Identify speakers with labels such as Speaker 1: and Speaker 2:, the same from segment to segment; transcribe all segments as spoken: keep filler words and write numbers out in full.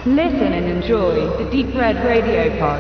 Speaker 1: Listen and enjoy the Deep Red Radio Pod.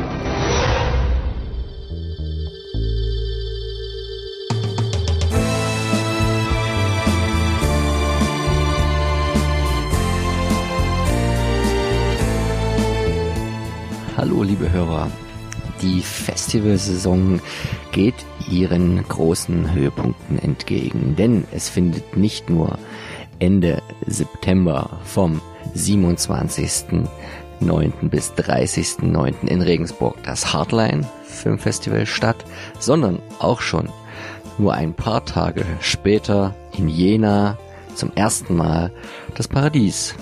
Speaker 2: Hallo liebe Hörer, die Festivalsaison geht ihren großen Höhepunkten entgegen, denn es findet nicht nur Ende September vom siebenundzwanzigsten neunten bis dreißigsten neunten in Regensburg das Hardline Filmfestival statt, sondern auch schon nur ein paar Tage später in Jena zum ersten Mal das Paradies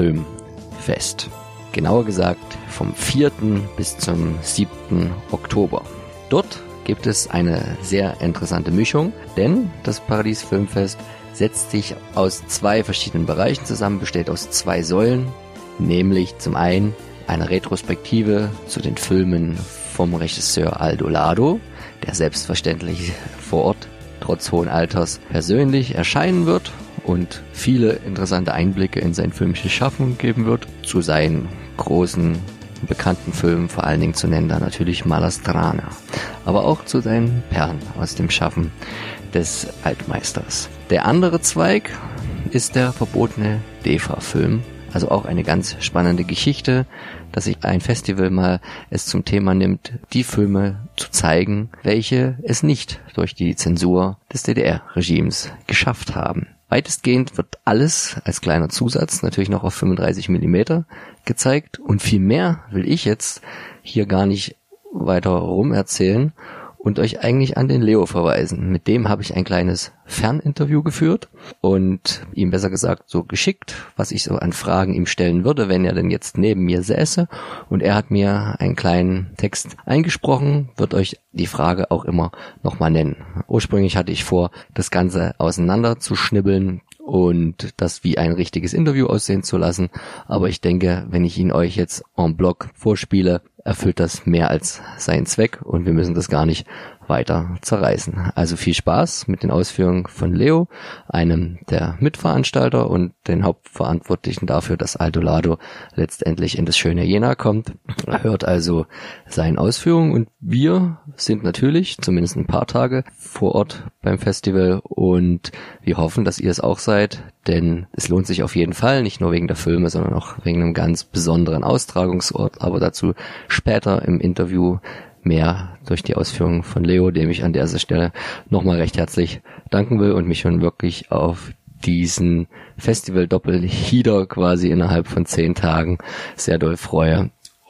Speaker 2: Filmfest. Genauer gesagt vom vierten bis zum siebten Oktober. Dort gibt es eine sehr interessante Mischung, denn das Paradies Filmfest setzt sich aus zwei verschiedenen Bereichen zusammen, besteht aus zwei Säulen, nämlich zum einen eine Retrospektive zu den Filmen vom Regisseur Aldo Lado, der selbstverständlich vor Ort trotz hohen Alters persönlich erscheinen wird und viele interessante Einblicke in sein filmisches Schaffen geben wird, zu seinen großen bekannten Filmen, vor allen Dingen zu nennen da natürlich Malastrana, aber auch zu seinen Perlen aus dem Schaffen des Altmeisters. Der andere Zweig ist der verbotene D E F A-Film, also auch eine ganz spannende Geschichte, dass sich ein Festival mal es zum Thema nimmt, die Filme zu zeigen, welche es nicht durch die Zensur des D D R-Regimes geschafft haben. Weitestgehend wird alles als kleiner Zusatz natürlich noch auf fünfunddreißig Millimeter gezeigt und viel mehr will ich jetzt hier gar nicht weiter rum erzählen und euch eigentlich an den Leo verweisen. Mit dem habe ich ein kleines Ferninterview geführt und ihm besser gesagt so geschickt, was ich so an Fragen ihm stellen würde, wenn er denn jetzt neben mir säße. Und er hat mir einen kleinen Text eingesprochen, wird euch die Frage auch immer nochmal nennen. Ursprünglich hatte ich vor, das Ganze auseinander zu schnibbeln und das wie ein richtiges Interview aussehen zu lassen. Aber ich denke, wenn ich ihn euch jetzt en bloc vorspiele, erfüllt das mehr als seinen Zweck und wir müssen das gar nicht weiter zerreißen. Also viel Spaß mit den Ausführungen von Leo, einem der Mitveranstalter und den Hauptverantwortlichen dafür, dass Aldo Lado letztendlich in das schöne Jena kommt. Er hört also seine Ausführungen und wir sind natürlich zumindest ein paar Tage vor Ort beim Festival und wir hoffen, dass ihr es auch seid, denn es lohnt sich auf jeden Fall, nicht nur wegen der Filme, sondern auch wegen einem ganz besonderen Austragungsort, aber dazu später im Interview mehr durch die Ausführungen von Leo, dem ich an dieser Stelle nochmal recht herzlich danken will und mich schon wirklich auf diesen Festival-Doppelhieder quasi innerhalb von zehn Tagen sehr doll freue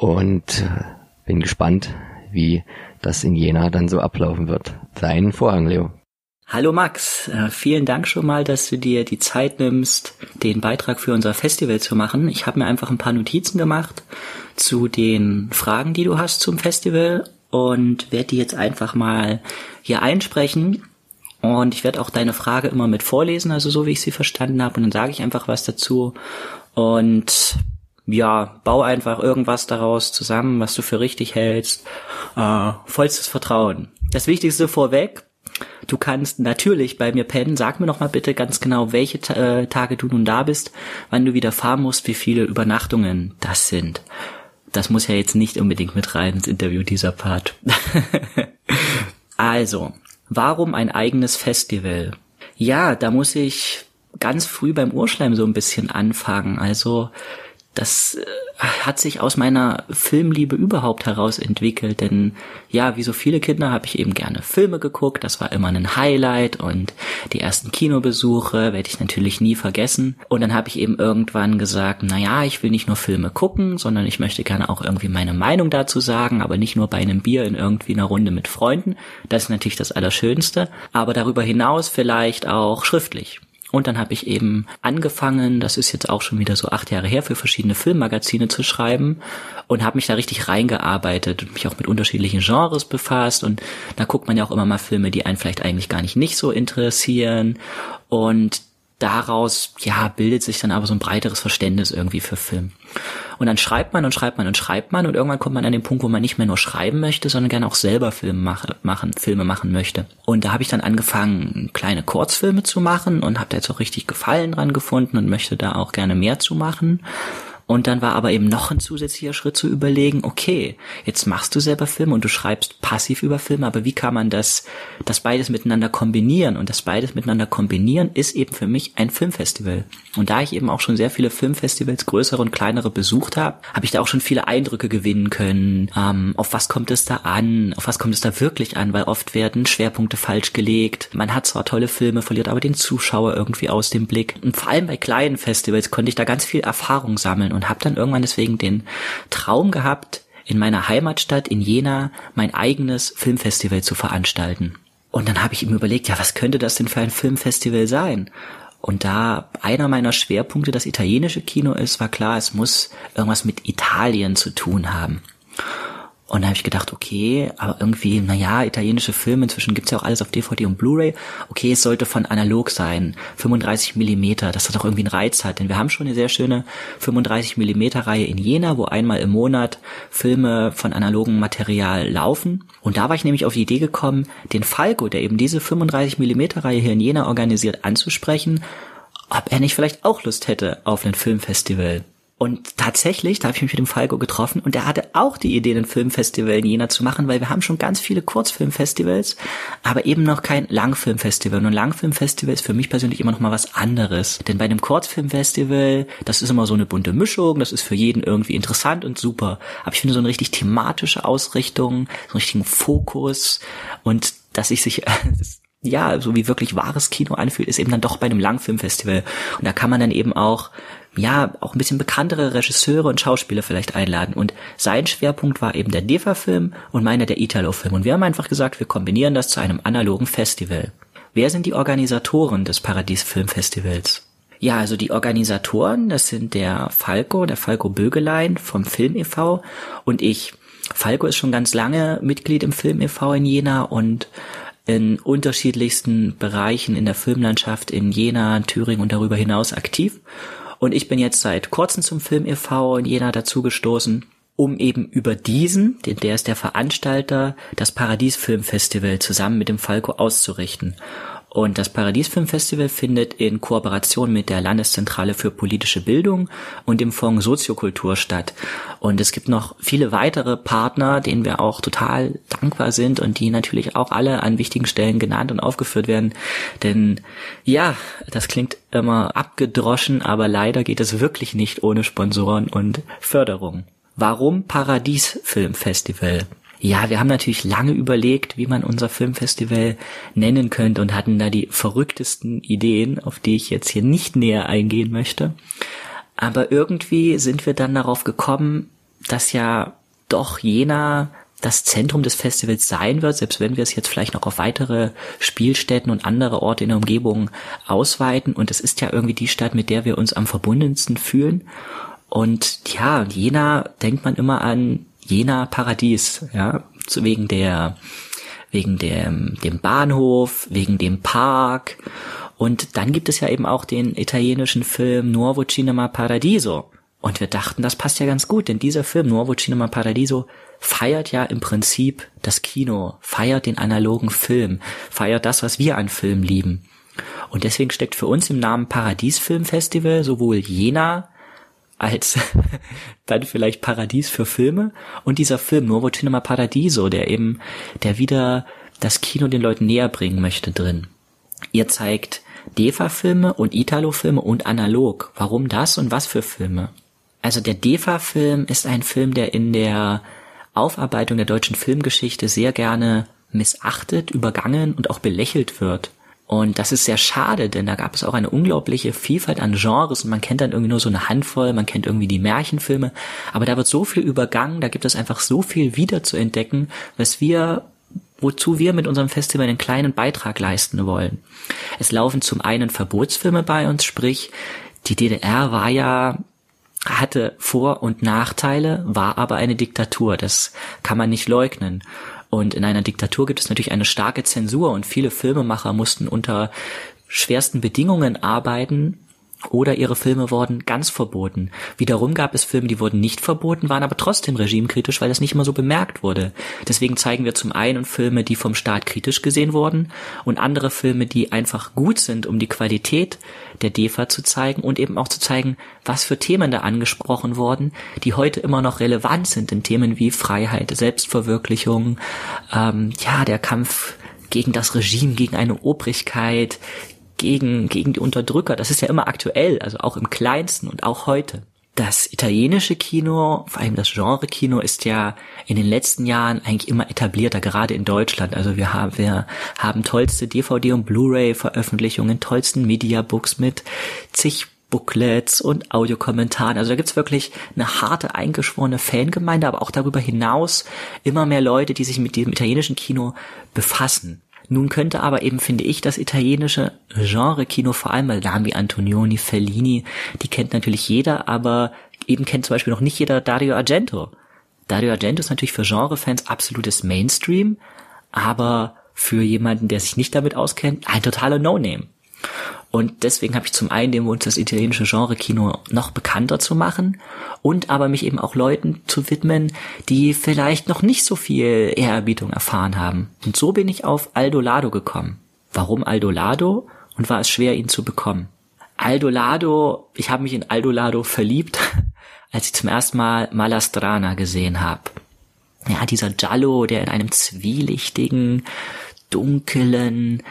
Speaker 2: und bin gespannt, wie das in Jena dann so ablaufen wird. Dein Vorhang, Leo.
Speaker 3: Hallo Max, äh, vielen Dank schon mal, dass du dir die Zeit nimmst, den Beitrag für unser Festival zu machen. Ich habe mir einfach ein paar Notizen gemacht zu den Fragen, die du hast zum Festival und werde die jetzt einfach mal hier einsprechen. Und ich werde auch deine Frage immer mit vorlesen, also so wie ich sie verstanden habe. Und dann sage ich einfach was dazu und ja, bau einfach irgendwas daraus zusammen, was du für richtig hältst. Äh, vollstes Vertrauen. Das Wichtigste vorweg: Du kannst natürlich bei mir pennen. Sag mir noch mal bitte ganz genau, welche äh, Tage du nun da bist, wann du wieder fahren musst, wie viele Übernachtungen das sind. Das muss ja jetzt nicht unbedingt mit rein ins Interview, dieser Part. Also, warum ein eigenes Festival? Ja, da muss ich ganz früh beim Urschleim so ein bisschen anfangen. Also, das hat sich aus meiner Filmliebe überhaupt heraus entwickelt, denn ja, wie so viele Kinder habe ich eben gerne Filme geguckt, das war immer ein Highlight und die ersten Kinobesuche werde ich natürlich nie vergessen und dann habe ich eben irgendwann gesagt, naja, ich will nicht nur Filme gucken, sondern ich möchte gerne auch irgendwie meine Meinung dazu sagen, aber nicht nur bei einem Bier in irgendwie einer Runde mit Freunden, das ist natürlich das Allerschönste, aber darüber hinaus vielleicht auch schriftlich. Und dann habe ich eben angefangen, das ist jetzt auch schon wieder so acht Jahre her, für verschiedene Filmmagazine zu schreiben und habe mich da richtig reingearbeitet und mich auch mit unterschiedlichen Genres befasst. Und da guckt man ja auch immer mal Filme, die einen vielleicht eigentlich gar nicht nicht so interessieren. Und daraus, ja, bildet sich dann aber so ein breiteres Verständnis irgendwie für Film. Und dann schreibt man und schreibt man und schreibt man und irgendwann kommt man an den Punkt, wo man nicht mehr nur schreiben möchte, sondern gerne auch selber Filme mache, machen, Filme machen möchte. Und da habe ich dann angefangen, kleine Kurzfilme zu machen und habe da jetzt auch richtig Gefallen dran gefunden und möchte da auch gerne mehr zu machen. Und dann war aber eben noch ein zusätzlicher Schritt zu überlegen, okay, jetzt machst du selber Filme und du schreibst passiv über Filme, aber wie kann man das, das beides miteinander kombinieren? Und das beides miteinander kombinieren ist eben für mich ein Filmfestival. Und da ich eben auch schon sehr viele Filmfestivals, größere und kleinere, besucht habe, habe ich da auch schon viele Eindrücke gewinnen können. Ähm, auf was kommt es da an? Auf was kommt es da wirklich an? Weil oft werden Schwerpunkte falsch gelegt. Man hat zwar tolle Filme, verliert aber den Zuschauer irgendwie aus dem Blick. Und vor allem bei kleinen Festivals konnte ich da ganz viel Erfahrung sammeln und habe dann irgendwann deswegen den Traum gehabt, in meiner Heimatstadt in Jena mein eigenes Filmfestival zu veranstalten. Und dann habe ich mir überlegt, ja, was könnte das denn für ein Filmfestival sein? Und da einer meiner Schwerpunkte das italienische Kino ist, war klar, es muss irgendwas mit Italien zu tun haben. Und da habe ich gedacht, okay, aber irgendwie, naja, italienische Filme, inzwischen gibt's ja auch alles auf D V D und Blu-ray. Okay, es sollte von analog sein, fünfunddreißig Millimeter, dass das auch irgendwie einen Reiz hat. Denn wir haben schon eine sehr schöne fünfunddreißig Millimeter Reihe in Jena, wo einmal im Monat Filme von analogem Material laufen. Und da war ich nämlich auf die Idee gekommen, den Falco, der eben diese fünfunddreißig Millimeter Reihe hier in Jena organisiert, anzusprechen, ob er nicht vielleicht auch Lust hätte auf ein Filmfestival. Und tatsächlich, da habe ich mich mit dem Falco getroffen und er hatte auch die Idee, ein Filmfestival in Jena zu machen, weil wir haben schon ganz viele Kurzfilmfestivals, aber eben noch kein Langfilmfestival. Und ein Langfilmfestival ist für mich persönlich immer noch mal was anderes. Denn bei einem Kurzfilmfestival, das ist immer so eine bunte Mischung, das ist für jeden irgendwie interessant und super. Aber ich finde so eine richtig thematische Ausrichtung, so einen richtigen Fokus und dass ich sich... ja, so wie wirklich wahres Kino anfühlt, ist eben dann doch bei einem Langfilmfestival. Und da kann man dann eben auch, ja, auch ein bisschen bekanntere Regisseure und Schauspieler vielleicht einladen. Und sein Schwerpunkt war eben der D E F A-Film und meiner der Italo-Film. Und wir haben einfach gesagt, wir kombinieren das zu einem analogen Festival. Wer sind die Organisatoren des Paradies Filmfestivals? Ja, also die Organisatoren, das sind der Falco, der Falco Bögelein vom Film e V und ich. Falco ist schon ganz lange Mitglied im Film e V in Jena und in unterschiedlichsten Bereichen in der Filmlandschaft in Jena, Thüringen und darüber hinaus aktiv. Und ich bin jetzt seit kurzem zum Film e V in Jena dazugestoßen, um eben über diesen, denn der ist der Veranstalter, das Paradies Filmfestival zusammen mit dem Falco auszurichten. Und das Paradies Filmfestival findet in Kooperation mit der Landeszentrale für politische Bildung und dem Fonds Soziokultur statt. Und es gibt noch viele weitere Partner, denen wir auch total dankbar sind und die natürlich auch alle an wichtigen Stellen genannt und aufgeführt werden. Denn ja, das klingt immer abgedroschen, aber leider geht es wirklich nicht ohne Sponsoren und Förderung. Warum Paradies Filmfestival? Ja, wir haben natürlich lange überlegt, wie man unser Filmfestival nennen könnte und hatten da die verrücktesten Ideen, auf die ich jetzt hier nicht näher eingehen möchte. Aber irgendwie sind wir dann darauf gekommen, dass ja doch Jena das Zentrum des Festivals sein wird, selbst wenn wir es jetzt vielleicht noch auf weitere Spielstätten und andere Orte in der Umgebung ausweiten. Und es ist ja irgendwie die Stadt, mit der wir uns am verbundensten fühlen. Und ja, Jena denkt man immer an Jena Paradies, ja, wegen der, wegen dem, dem Bahnhof, wegen dem Park. Und dann gibt es ja eben auch den italienischen Film Nuovo Cinema Paradiso. Und wir dachten, das passt ja ganz gut, denn dieser Film Nuovo Cinema Paradiso feiert ja im Prinzip das Kino, feiert den analogen Film, feiert das, was wir an Film lieben. Und deswegen steckt für uns im Namen Paradies Filmfestival sowohl Jena als dann vielleicht Paradies für Filme und dieser Film Nuovo Cinema Paradiso, der eben, der wieder das Kino den Leuten näher bringen möchte drin. Ihr zeigt D E F A-Filme und Italo-Filme und analog. Warum das und was für Filme? Also der D E F A-Film ist ein Film, der in der Aufarbeitung der deutschen Filmgeschichte sehr gerne missachtet, übergangen und auch belächelt wird. Und das ist sehr schade, denn da gab es auch eine unglaubliche Vielfalt an Genres und man kennt dann irgendwie nur so eine Handvoll, man kennt irgendwie die Märchenfilme, aber da wird so viel übergangen, da gibt es einfach so viel wieder zu entdecken, was wir, wozu wir mit unserem Festival einen kleinen Beitrag leisten wollen. Es laufen zum einen Verbotsfilme bei uns, sprich, die D D R war ja, hatte Vor- und Nachteile, war aber eine Diktatur, das kann man nicht leugnen. Und in einer Diktatur gibt es natürlich eine starke Zensur und viele Filmemacher mussten unter schwersten Bedingungen arbeiten oder ihre Filme wurden ganz verboten. Wiederum gab es Filme, die wurden nicht verboten, waren aber trotzdem regimekritisch, weil das nicht immer so bemerkt wurde. Deswegen zeigen wir zum einen Filme, die vom Staat kritisch gesehen wurden und andere Filme, die einfach gut sind, um die Qualität der D E F A zu zeigen und eben auch zu zeigen, was für Themen da angesprochen wurden, die heute immer noch relevant sind in Themen wie Freiheit, Selbstverwirklichung, ähm, ja, der Kampf gegen das Regime, gegen eine Obrigkeit, gegen gegen die Unterdrücker. Das ist ja immer aktuell, also auch im Kleinsten und auch heute. Das italienische Kino, vor allem das Genre-Kino, ist ja in den letzten Jahren eigentlich immer etablierter, gerade in Deutschland. Also wir haben wir haben tollste D V D- und Blu-ray-Veröffentlichungen, tollsten Mediabooks mit zig Booklets und Audiokommentaren. Also da gibt's wirklich eine harte, eingeschworene Fangemeinde, aber auch darüber hinaus immer mehr Leute, die sich mit dem italienischen Kino befassen. Nun könnte aber eben, finde ich, das italienische Genre-Kino, vor allem weil Namen wie Antonioni, Fellini, die kennt natürlich jeder, aber eben kennt zum Beispiel noch nicht jeder Dario Argento. Dario Argento ist natürlich für Genre-Fans absolutes Mainstream, aber für jemanden, der sich nicht damit auskennt, ein totaler No-Name. Und deswegen habe ich zum einen den Wunsch, das italienische Genre-Kino noch bekannter zu machen und aber mich eben auch Leuten zu widmen, die vielleicht noch nicht so viel Ehrerbietung erfahren haben. Und so bin ich auf Aldo Lado gekommen. Warum Aldo Lado und war es schwer, ihn zu bekommen? Aldo Lado, ich habe mich in Aldo Lado verliebt, als ich zum ersten Mal Malastrana gesehen habe. Ja, dieser Giallo, der in einem zwielichtigen, dunklen,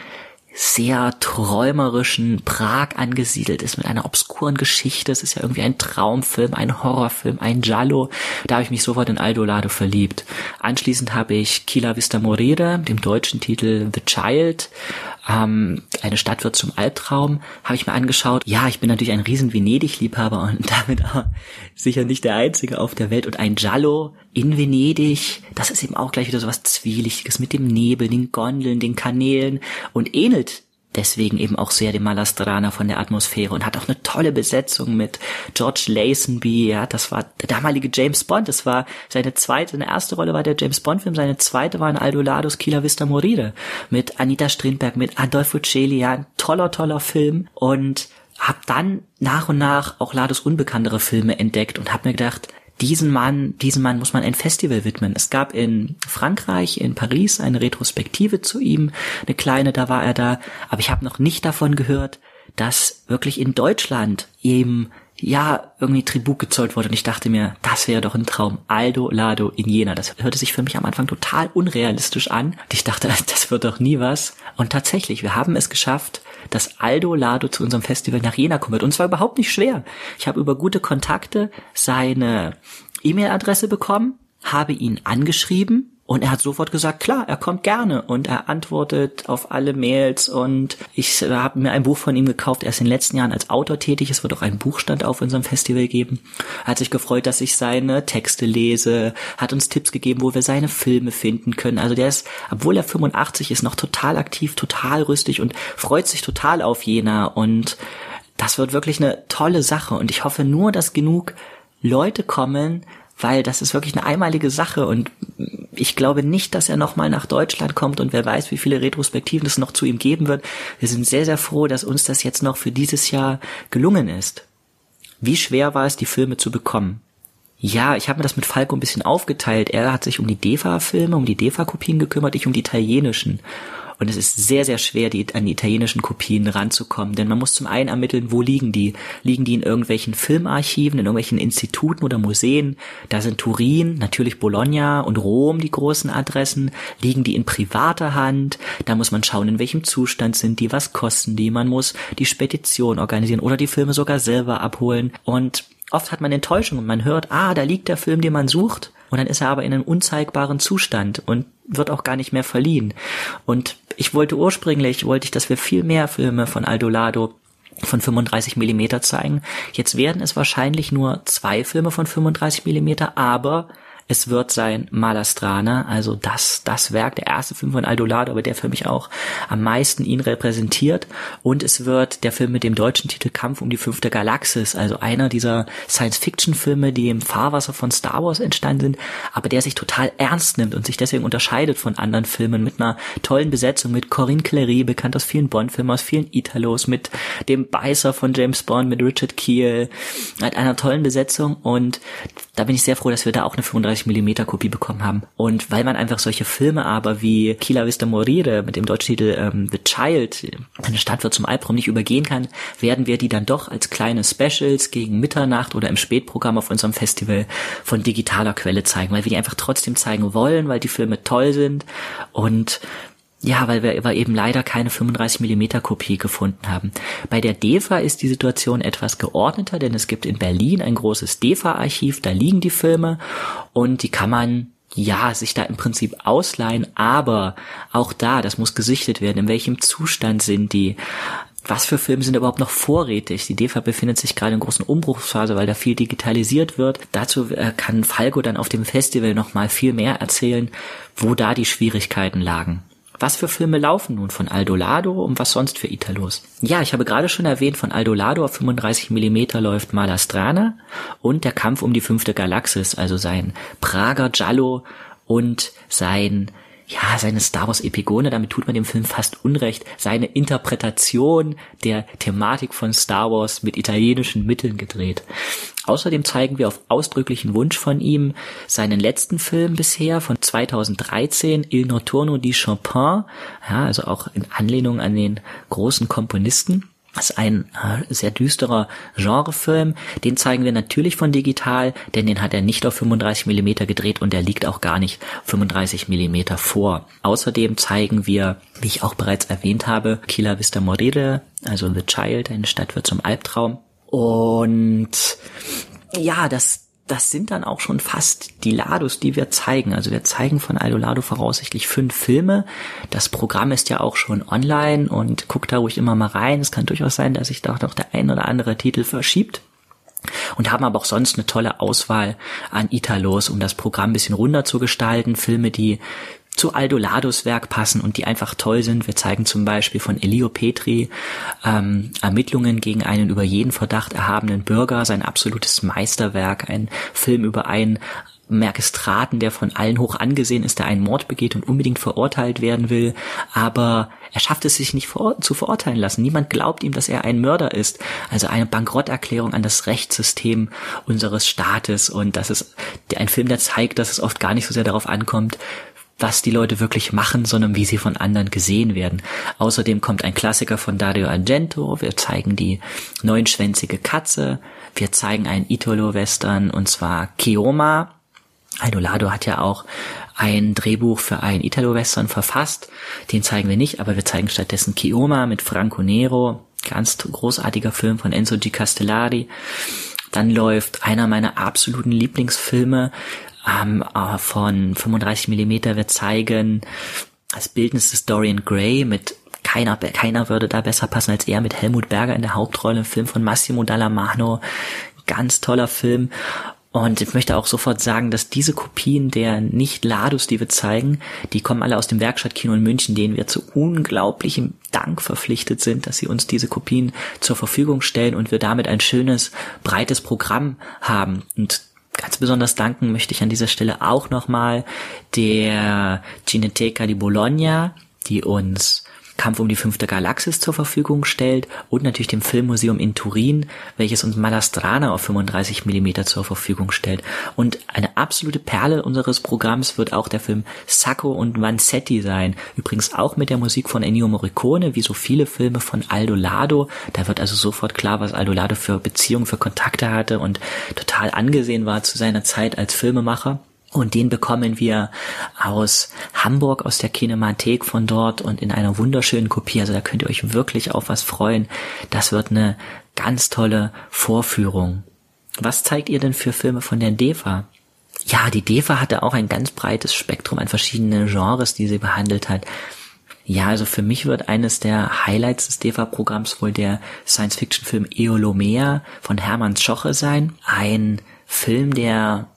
Speaker 3: sehr träumerischen Prag angesiedelt ist mit einer obskuren Geschichte. Es ist ja irgendwie ein Traumfilm, ein Horrorfilm, ein Giallo. Da habe ich mich sofort in Aldo Lado verliebt. Anschließend habe ich Chi la vista morire, dem deutschen Titel The Child, ähm, eine Stadt wird zum Albtraum, habe ich mir angeschaut. Ja, ich bin natürlich ein riesen Venedig-Liebhaber und damit auch sicher nicht der Einzige auf der Welt. Und ein Giallo in Venedig, das ist eben auch gleich wieder so was Zwielichtiges mit dem Nebel, den Gondeln, den Kanälen und ähnelt deswegen eben auch sehr dem Malastrana von der Atmosphäre und hat auch eine tolle Besetzung mit George Lazenby, ja, das war der damalige James Bond, das war seine zweite, eine erste Rolle war der James Bond Film, seine zweite war in Aldo Lados Chi la vista morire mit Anita Strindberg, mit Adolfo Celi, ja, ein toller, toller Film und hab dann nach und nach auch Lados unbekanntere Filme entdeckt und hab mir gedacht, diesen Mann, diesen Mann muss man ein Festival widmen. Es gab in Frankreich, in Paris, eine Retrospektive zu ihm, eine kleine, da war er da, aber ich habe noch nicht davon gehört, dass wirklich in Deutschland ihm ja irgendwie Tribut gezollt wurde und ich dachte mir, das wäre doch ein Traum. Aldo Lado in Jena. Das hörte sich für mich am Anfang total unrealistisch an und ich dachte, das wird doch nie was. Und tatsächlich, wir haben es geschafft, dass Aldo Lado zu unserem Festival nach Jena kommen wird. Und zwar überhaupt nicht schwer. Ich habe über gute Kontakte seine E-Mail-Adresse bekommen, habe ihn angeschrieben und er hat sofort gesagt, klar, er kommt gerne und er antwortet auf alle Mails und ich habe mir ein Buch von ihm gekauft. Er ist in den letzten Jahren als Autor tätig. Es wird auch einen Buchstand auf unserem Festival geben. Er hat sich gefreut, dass ich seine Texte lese, hat uns Tipps gegeben, wo wir seine Filme finden können. Also der ist, obwohl er fünfundachtzig ist, noch total aktiv, total rüstig und freut sich total auf Jena und das wird wirklich eine tolle Sache und ich hoffe nur, dass genug Leute kommen, weil das ist wirklich eine einmalige Sache und ich glaube nicht, dass er nochmal nach Deutschland kommt und wer weiß, wie viele Retrospektiven es noch zu ihm geben wird. Wir sind sehr, sehr froh, dass uns das jetzt noch für dieses Jahr gelungen ist. Wie schwer war es, die Filme zu bekommen? Ja, ich habe mir das mit Falco ein bisschen aufgeteilt. Er hat sich um die D E F A-Filme, um die D E F A-Kopien gekümmert, ich um die italienischen. Und es ist sehr, sehr schwer, die, an die italienischen Kopien ranzukommen, denn man muss zum einen ermitteln, wo liegen die? Liegen die in irgendwelchen Filmarchiven, in irgendwelchen Instituten oder Museen? Da sind Turin, natürlich Bologna und Rom die großen Adressen. Liegen die in privater Hand? Da muss man schauen, in welchem Zustand sind die, was kosten die? Man muss die Spedition organisieren oder die Filme sogar selber abholen. Und oft hat man Enttäuschung und man hört, ah, da liegt der Film, den man sucht. Und dann ist er aber in einem unzeigbaren Zustand und wird auch gar nicht mehr verliehen. Und ich wollte ursprünglich, wollte ich, dass wir viel mehr Filme von Aldo Lado von fünfunddreißig Millimeter zeigen. Jetzt werden es wahrscheinlich nur zwei Filme von fünfunddreißig Millimeter, aber Es wird sein Malastrana, also das, das Werk, der erste Film von Aldo Lado, aber der für mich auch am meisten ihn repräsentiert. Und es wird der Film mit dem deutschen Titel Kampf um die fünfte Galaxis, also einer dieser Science-Fiction-Filme, die im Fahrwasser von Star Wars entstanden sind, aber der sich total ernst nimmt und sich deswegen unterscheidet von anderen Filmen mit einer tollen Besetzung, mit Corinne Cléry, bekannt aus vielen Bond-Filmen, aus vielen Italos, mit dem Beißer von James Bond, mit Richard Kiel, mit einer tollen Besetzung, und da bin ich sehr froh, dass wir da auch eine fünfunddreißig Millimeter Kopie bekommen haben. Und weil man einfach solche Filme aber wie Chi la vista morire mit dem deutschen Titel ähm, The Child, eine Stadt wird zum Albtraum, nicht übergehen kann, werden wir die dann doch als kleine Specials gegen Mitternacht oder im Spätprogramm auf unserem Festival von digitaler Quelle zeigen, weil wir die einfach trotzdem zeigen wollen, weil die Filme toll sind und ja, weil wir aber eben leider keine fünfunddreißig Millimeter Kopie gefunden haben. Bei der D E F A ist die Situation etwas geordneter, denn es gibt in Berlin ein großes D E F A-Archiv, da liegen die Filme und die kann man ja sich da im Prinzip ausleihen, aber auch da, das muss gesichtet werden, in welchem Zustand sind die, was für Filme sind überhaupt noch vorrätig. Die D E F A befindet sich gerade in großen Umbruchsphase, weil da viel digitalisiert wird. Dazu kann Falco dann auf dem Festival nochmal viel mehr erzählen, wo da die Schwierigkeiten lagen. Was für Filme laufen nun von Aldo Lado und was sonst für Italos? Ja, ich habe gerade schon erwähnt, von Aldo Lado auf fünfunddreißig Millimeter läuft Malastrana und der Kampf um die fünfte Galaxis, also sein Prager Giallo und sein, ja, seine Star Wars Epigone, damit tut man dem Film fast Unrecht, seine Interpretation der Thematik von Star Wars mit italienischen Mitteln gedreht. Außerdem zeigen wir auf ausdrücklichen Wunsch von ihm seinen letzten Film bisher von zweitausenddreizehn, Il Notturno di Chopin, ja, also auch in Anlehnung an den großen Komponisten. Das ist ein äh, sehr düsterer Genrefilm. Den zeigen wir natürlich von digital, denn den hat er nicht auf fünfunddreißig Millimeter gedreht und der liegt auch gar nicht fünfunddreißig Millimeter vor. Außerdem zeigen wir, wie ich auch bereits erwähnt habe, Chi la vista morire, also The Child, eine Stadt wird zum Albtraum. Und ja, das das sind dann auch schon fast die Lados, die wir zeigen. Also wir zeigen von Aldo Lado voraussichtlich fünf Filme. Das Programm ist ja auch schon online und guckt da ruhig immer mal rein. Es kann durchaus sein, dass sich da auch noch der ein oder andere Titel verschiebt. Und haben aber auch sonst eine tolle Auswahl an Italos, um das Programm ein bisschen runder zu gestalten. Filme, die zu Aldo Lados Werk passen und die einfach toll sind. Wir zeigen zum Beispiel von Elio Petri ähm, Ermittlungen gegen einen über jeden Verdacht erhabenen Bürger, sein absolutes Meisterwerk, ein Film über einen Magistraten, der von allen hoch angesehen ist, der einen Mord begeht und unbedingt verurteilt werden will, aber er schafft es sich nicht vor, zu verurteilen lassen. Niemand glaubt ihm, dass er ein Mörder ist. Also eine Bankrotterklärung an das Rechtssystem unseres Staates, und das ist ein Film, der zeigt, dass es oft gar nicht so sehr darauf ankommt, was die Leute wirklich machen, sondern wie sie von anderen gesehen werden. Außerdem kommt ein Klassiker von Dario Argento. Wir zeigen die neunschwänzige Katze. Wir zeigen einen Italo-Western, und zwar Keoma. Aldo Lado hat ja auch ein Drehbuch für einen Italo-Western verfasst. Den zeigen wir nicht, aber wir zeigen stattdessen Keoma mit Franco Nero. Ganz großartiger Film von Enzo G. Castellari. Dann läuft einer meiner absoluten Lieblingsfilme ähm, von fünfunddreißig Millimeter. Wir zeigen das Bildnis des Dorian Gray mit keiner, keiner würde da besser passen als er, mit Helmut Berger in der Hauptrolle, ein Film von Massimo Dallamano. Ganz toller Film. Und ich möchte auch sofort sagen, dass diese Kopien der Nicht-Lados, die wir zeigen, die kommen alle aus dem Werkstattkino in München, denen wir zu unglaublichem Dank verpflichtet sind, dass sie uns diese Kopien zur Verfügung stellen und wir damit ein schönes, breites Programm haben. Und ganz besonders danken möchte ich an dieser Stelle auch nochmal der Cineteca di Bologna, die uns Kampf um die fünfte Galaxis zur Verfügung stellt, und natürlich dem Filmmuseum in Turin, welches uns Malastrana auf fünfunddreißig Millimeter zur Verfügung stellt. Und eine absolute Perle unseres Programms wird auch der Film Sacco und Vanzetti sein. Übrigens auch mit der Musik von Ennio Morricone, wie so viele Filme von Aldo Lado. Da wird also sofort klar, was Aldo Lado für Beziehungen, für Kontakte hatte und total angesehen war zu seiner Zeit als Filmemacher. Und den bekommen wir aus Hamburg, aus der Kinemathek von dort, und in einer wunderschönen Kopie. Also da könnt ihr euch wirklich auf was freuen. Das wird eine ganz tolle Vorführung. Was zeigt ihr denn für Filme von der D E F A? Ja, die D E F A hatte auch ein ganz breites Spektrum an verschiedenen Genres, die sie behandelt hat. Ja, also für mich wird eines der Highlights des D E F A-Programms wohl der Science-Fiction-Film Eolomea von Hermann Tschoche sein. Ein Film, der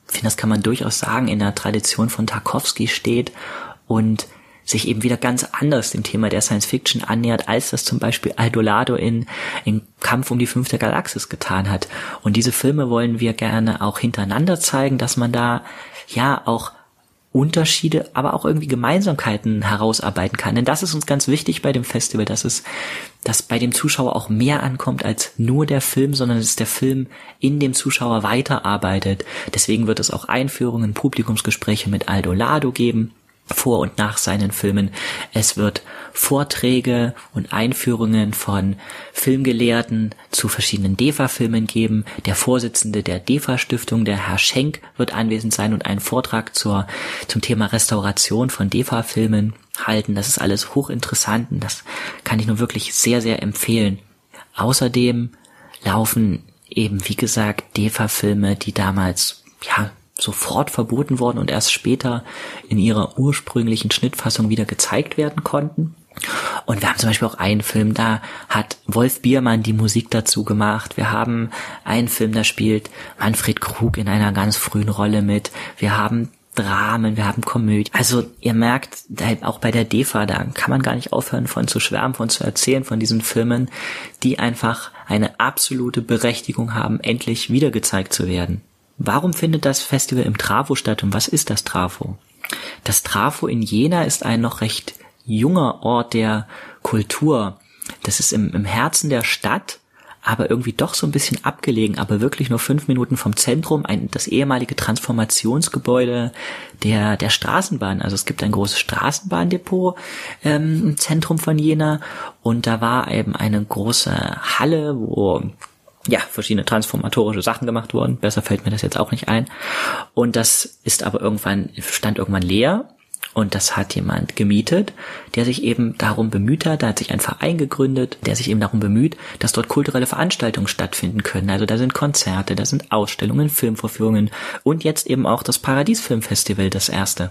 Speaker 3: finde, das kann man durchaus sagen, in der Tradition von Tarkovsky steht und sich eben wieder ganz anders dem Thema der Science Fiction annähert, als das zum Beispiel Aldolado in, in Kampf um die fünfte Galaxis getan hat. Und diese Filme wollen wir gerne auch hintereinander zeigen, dass man da ja auch Unterschiede, aber auch irgendwie Gemeinsamkeiten herausarbeiten kann. Denn das ist uns ganz wichtig bei dem Festival, dass es, dass bei dem Zuschauer auch mehr ankommt als nur der Film, sondern dass der Film in dem Zuschauer weiterarbeitet. Deswegen wird es auch Einführungen, Publikumsgespräche mit Aldolado geben, vor und nach seinen Filmen. Es wird Vorträge und Einführungen von Filmgelehrten zu verschiedenen D E F A-Filmen geben. Der Vorsitzende der D E F A-Stiftung, der Herr Schenk, wird anwesend sein und einen Vortrag zur, zum Thema Restauration von D E F A-Filmen halten. Das ist alles hochinteressant und das kann ich nur wirklich sehr, sehr empfehlen. Außerdem laufen eben, wie gesagt, D E F A-Filme, die damals, ja, sofort verboten worden und erst später in ihrer ursprünglichen Schnittfassung wieder gezeigt werden konnten. Und wir haben zum Beispiel auch einen Film, da hat Wolf Biermann die Musik dazu gemacht. Wir haben einen Film, da spielt Manfred Krug in einer ganz frühen Rolle mit. Wir haben Dramen, wir haben Komödie. Also ihr merkt, auch bei der D E F A, da kann man gar nicht aufhören von zu schwärmen, von zu erzählen, von diesen Filmen, die einfach eine absolute Berechtigung haben, endlich wieder gezeigt zu werden. Warum findet das Festival im Trafo statt und was ist das Trafo? Das Trafo in Jena ist ein noch recht junger Ort der Kultur. Das ist im, im Herzen der Stadt, aber irgendwie doch so ein bisschen abgelegen, aber wirklich nur fünf Minuten vom Zentrum, ein, das ehemalige Transformationsgebäude der, der Straßenbahn. Also es gibt ein großes Straßenbahndepot ähm, im Zentrum von Jena und da war eben eine große Halle, wo ja, verschiedene transformatorische Sachen gemacht wurden. Besser fällt mir das jetzt auch nicht ein. Und das ist aber irgendwann, stand irgendwann leer. Und das hat jemand gemietet, der sich eben darum bemüht hat. Da hat sich ein Verein gegründet, der sich eben darum bemüht, dass dort kulturelle Veranstaltungen stattfinden können. Also da sind Konzerte, da sind Ausstellungen, Filmvorführungen und jetzt eben auch das Paradies-Filmfestival, das erste.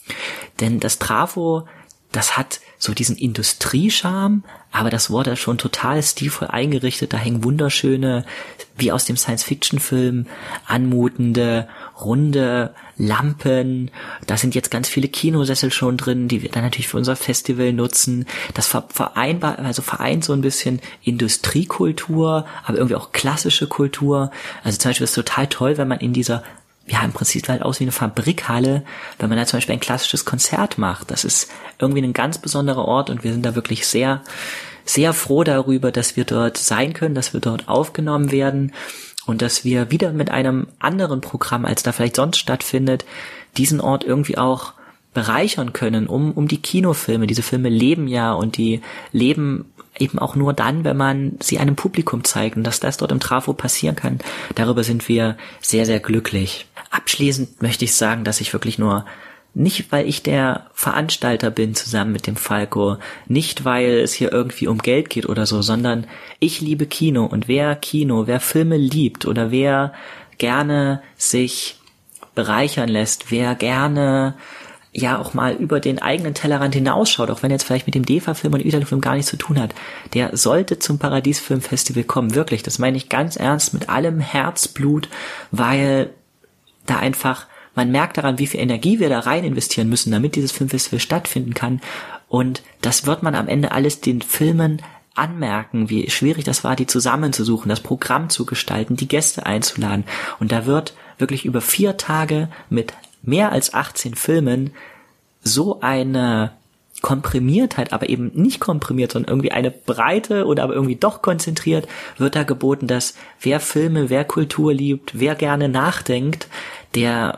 Speaker 3: Denn das Trafo, das hat so diesen Industriescharme, aber das wurde schon total stilvoll eingerichtet. Da hängen wunderschöne, wie aus dem Science-Fiction-Film, anmutende, runde Lampen. Da sind jetzt ganz viele Kinosessel schon drin, die wir dann natürlich für unser Festival nutzen. Das vereinbar, also vereint so ein bisschen Industriekultur, aber irgendwie auch klassische Kultur. Also zum Beispiel ist es total toll, wenn man in dieser ja, im Prinzip sieht halt aus wie eine Fabrikhalle, wenn man da zum Beispiel ein klassisches Konzert macht. Das ist irgendwie ein ganz besonderer Ort und wir sind da wirklich sehr, sehr froh darüber, dass wir dort sein können, dass wir dort aufgenommen werden und dass wir wieder mit einem anderen Programm, als da vielleicht sonst stattfindet, diesen Ort irgendwie auch bereichern können, um, um die Kinofilme. Diese Filme leben ja und die leben eben auch nur dann, wenn man sie einem Publikum zeigt und dass das dort im Trafo passieren kann. Darüber sind wir sehr, sehr glücklich. Abschließend möchte ich sagen, dass ich wirklich nur, nicht weil ich der Veranstalter bin zusammen mit dem Falco, nicht weil es hier irgendwie um Geld geht oder so, sondern ich liebe Kino und wer Kino, wer Filme liebt oder wer gerne sich bereichern lässt, wer gerne ja auch mal über den eigenen Tellerrand hinausschaut, auch wenn er jetzt vielleicht mit dem D E F A-Film und dem Italo-Film gar nichts zu tun hat, der sollte zum Paradies-Filmfestival kommen, wirklich, das meine ich ganz ernst, mit allem Herzblut, weil da einfach, man merkt daran, wie viel Energie wir da rein investieren müssen, damit dieses Filmfestival stattfinden kann und das wird man am Ende alles den Filmen anmerken, wie schwierig das war, die zusammenzusuchen, das Programm zu gestalten, die Gäste einzuladen und da wird wirklich über vier Tage mit mehr als achtzehn Filmen so eine Komprimiertheit, aber eben nicht komprimiert, sondern irgendwie eine Breite oder aber irgendwie doch konzentriert, wird da geboten, dass wer Filme, wer Kultur liebt, wer gerne nachdenkt, der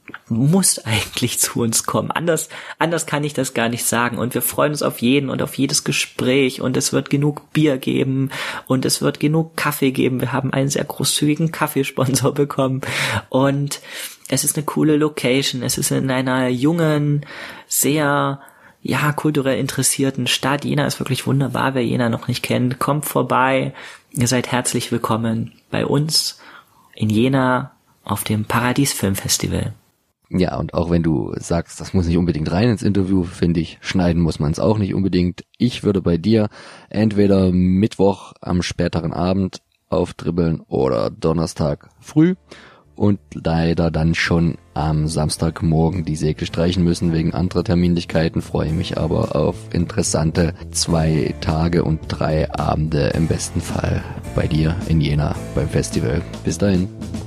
Speaker 3: muss eigentlich zu uns kommen. Anders, anders kann ich das gar nicht sagen. Und wir freuen uns auf jeden und auf jedes Gespräch und es wird genug Bier geben und es wird genug Kaffee geben. Wir haben einen sehr großzügigen Kaffeesponsor bekommen und es ist eine coole Location. Es ist in einer jungen, sehr, ja, kulturell interessierten Stadt. Jena ist wirklich wunderbar. Wer Jena noch nicht kennt, kommt vorbei. Ihr seid herzlich willkommen bei uns in Jena auf dem Paradies Filmfestival.
Speaker 2: Ja, und auch wenn du sagst, das muss nicht unbedingt rein ins Interview, finde ich, schneiden muss man es auch nicht unbedingt. Ich würde bei dir entweder Mittwoch am späteren Abend aufdribbeln oder Donnerstag früh. und leider dann schon am Samstagmorgen die Segel streichen müssen wegen anderer Terminlichkeiten, freue mich aber auf interessante zwei Tage und drei Abende im besten Fall bei dir in Jena beim Festival. Bis dahin.